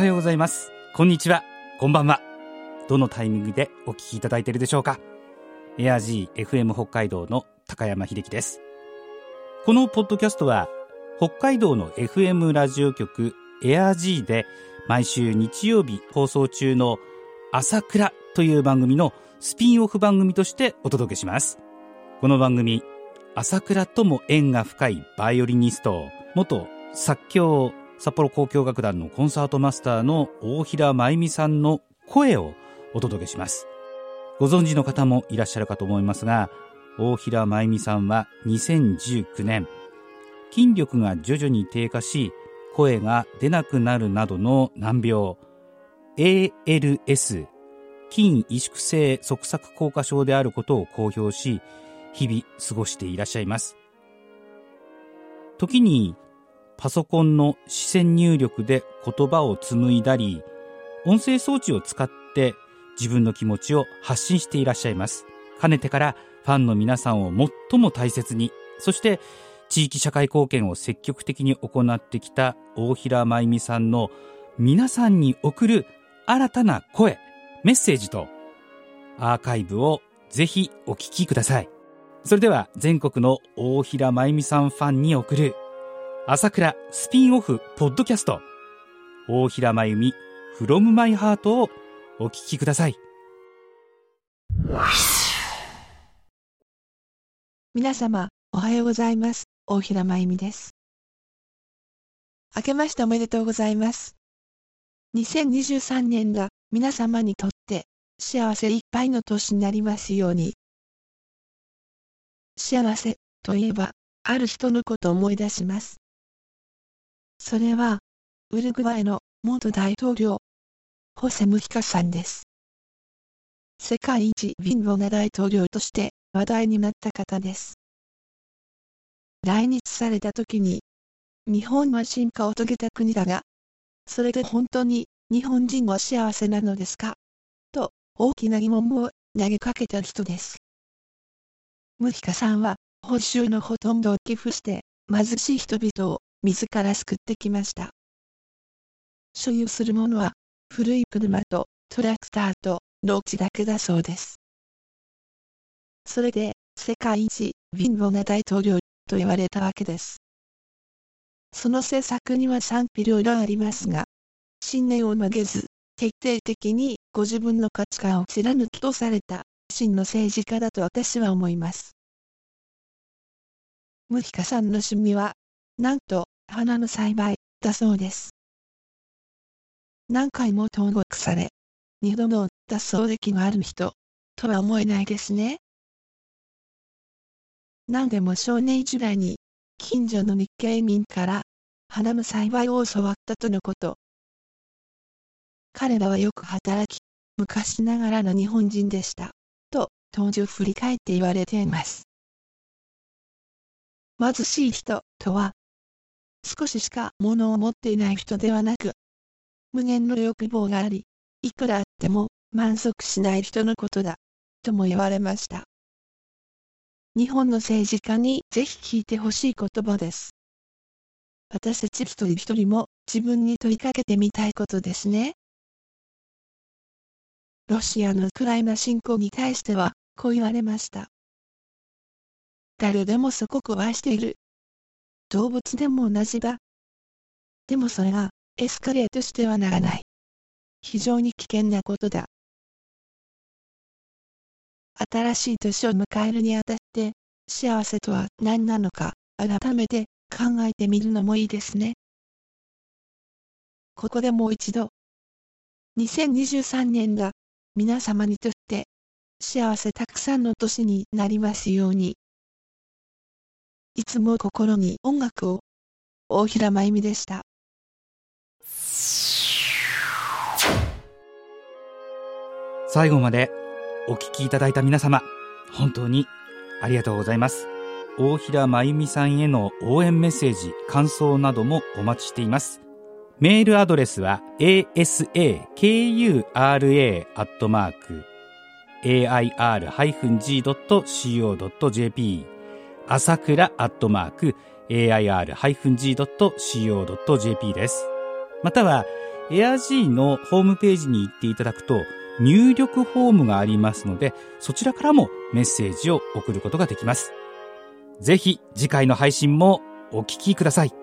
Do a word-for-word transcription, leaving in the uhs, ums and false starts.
はようございます。こんにちは、こんばんは。どのタイミングでお聞きいただいているでしょうか。エアジーエフエム 北海道の高山秀樹です。このポッドキャストは北海道の エフエム ラジオ局エアジーで毎週日曜日放送中の朝倉という番組のスピンオフ番組としてお届けします。この番組、朝倉とも縁が深いバイオリニスト、元作協札幌交響楽団のコンサートマスターの大平真由美さんの声をお届けします。ご存知の方もいらっしゃるかと思いますが、大平真由美さんはにせんじゅうきゅうねん、筋力が徐々に低下し声が出なくなるなどの難病 エーエルエス 筋萎縮性側索硬化症であることを公表し、日々過ごしていらっしゃいます。時にパソコンの視線入力で言葉を紡いだり、音声装置を使って自分の気持ちを発信していらっしゃいます。かねてからファンの皆さんを最も大切に、そして地域社会貢献を積極的に行ってきた大平真由美さんの皆さんに送る新たな声、メッセージとアーカイブをぜひお聞きください。それでは全国の大平真由美さんファンに送る朝倉スピンオフポッドキャスト、大平真由美 from my heart をお聞きください。 皆様おはようございます。大平真由美です。明けましておめでとうございます。にせんにじゅうさんねんが皆様にとって幸せいっぱいの年になりますように。幸せといえばある人のことを思い出します。それはウルグアイの元大統領ホセ・ムヒカさんです。世界一貧乏な大統領として話題になった方です。来日された時に、日本は進化を遂げた国だが、それで本当に日本人は幸せなのですかと大きな疑問を投げかけた人です。ムヒカさんは報酬のほとんどを寄付して貧しい人々を自ら救ってきました。所有するものは古い車とトラクターと農地だけだそうです。それで世界一貧乏な大統領と言われたわけです。その政策には賛否両論ありますが、信念を曲げず、徹底的にご自分の価値観を貫きとされた真の政治家だと私は思います。ムヒカさんの趣味は、なんと花の栽培だそうです。何回も投獄され、二度の脱走歴がある人とは思えないですね。何でも少年時代に近所の日系民から花の栽培を教わったとのこと。彼らはよく働き、昔ながらの日本人でしたと当時を振り返って言われています。貧しい人とは、少ししか物を持っていない人ではなく、無限の欲望があり、いくらあっても満足しない人のことだとも言われました。日本の政治家にぜひ聞いてほしい言葉です。私たち一人一人も自分に問いかけてみたいことですね。ロシアのウクライナ侵攻に対してはこう言われました。誰でも祖国を愛している。動物でも同じだ。でもそれがエスカレートしてはならない。非常に危険なことだ。新しい年を迎えるにあたって幸せとは何なのか改めて考えてみるのもいいですね。ここでもう一度、にせんにじゅうさんねんが皆様にとって幸せたくさんの年になりますように。いつも心に音楽を。大平真由美でした。 最後までお聞きいただいた皆様、本当にありがとうございます。大平真由美さんへの応援メッセージ、感想などもお待ちしています。メールアドレスは エーエスエーケーユーアールエー アットマーク エーアイアール ジー ドット シーオー ドット ジェーピー 朝倉アットマーク エーアイアール ジー ドット シーオー ドット ジェーピー です。またはエアジーのホームページに行っていただくと入力フォームがありますので、そちらからもメッセージを送ることができます。ぜひ次回の配信もお聞きください。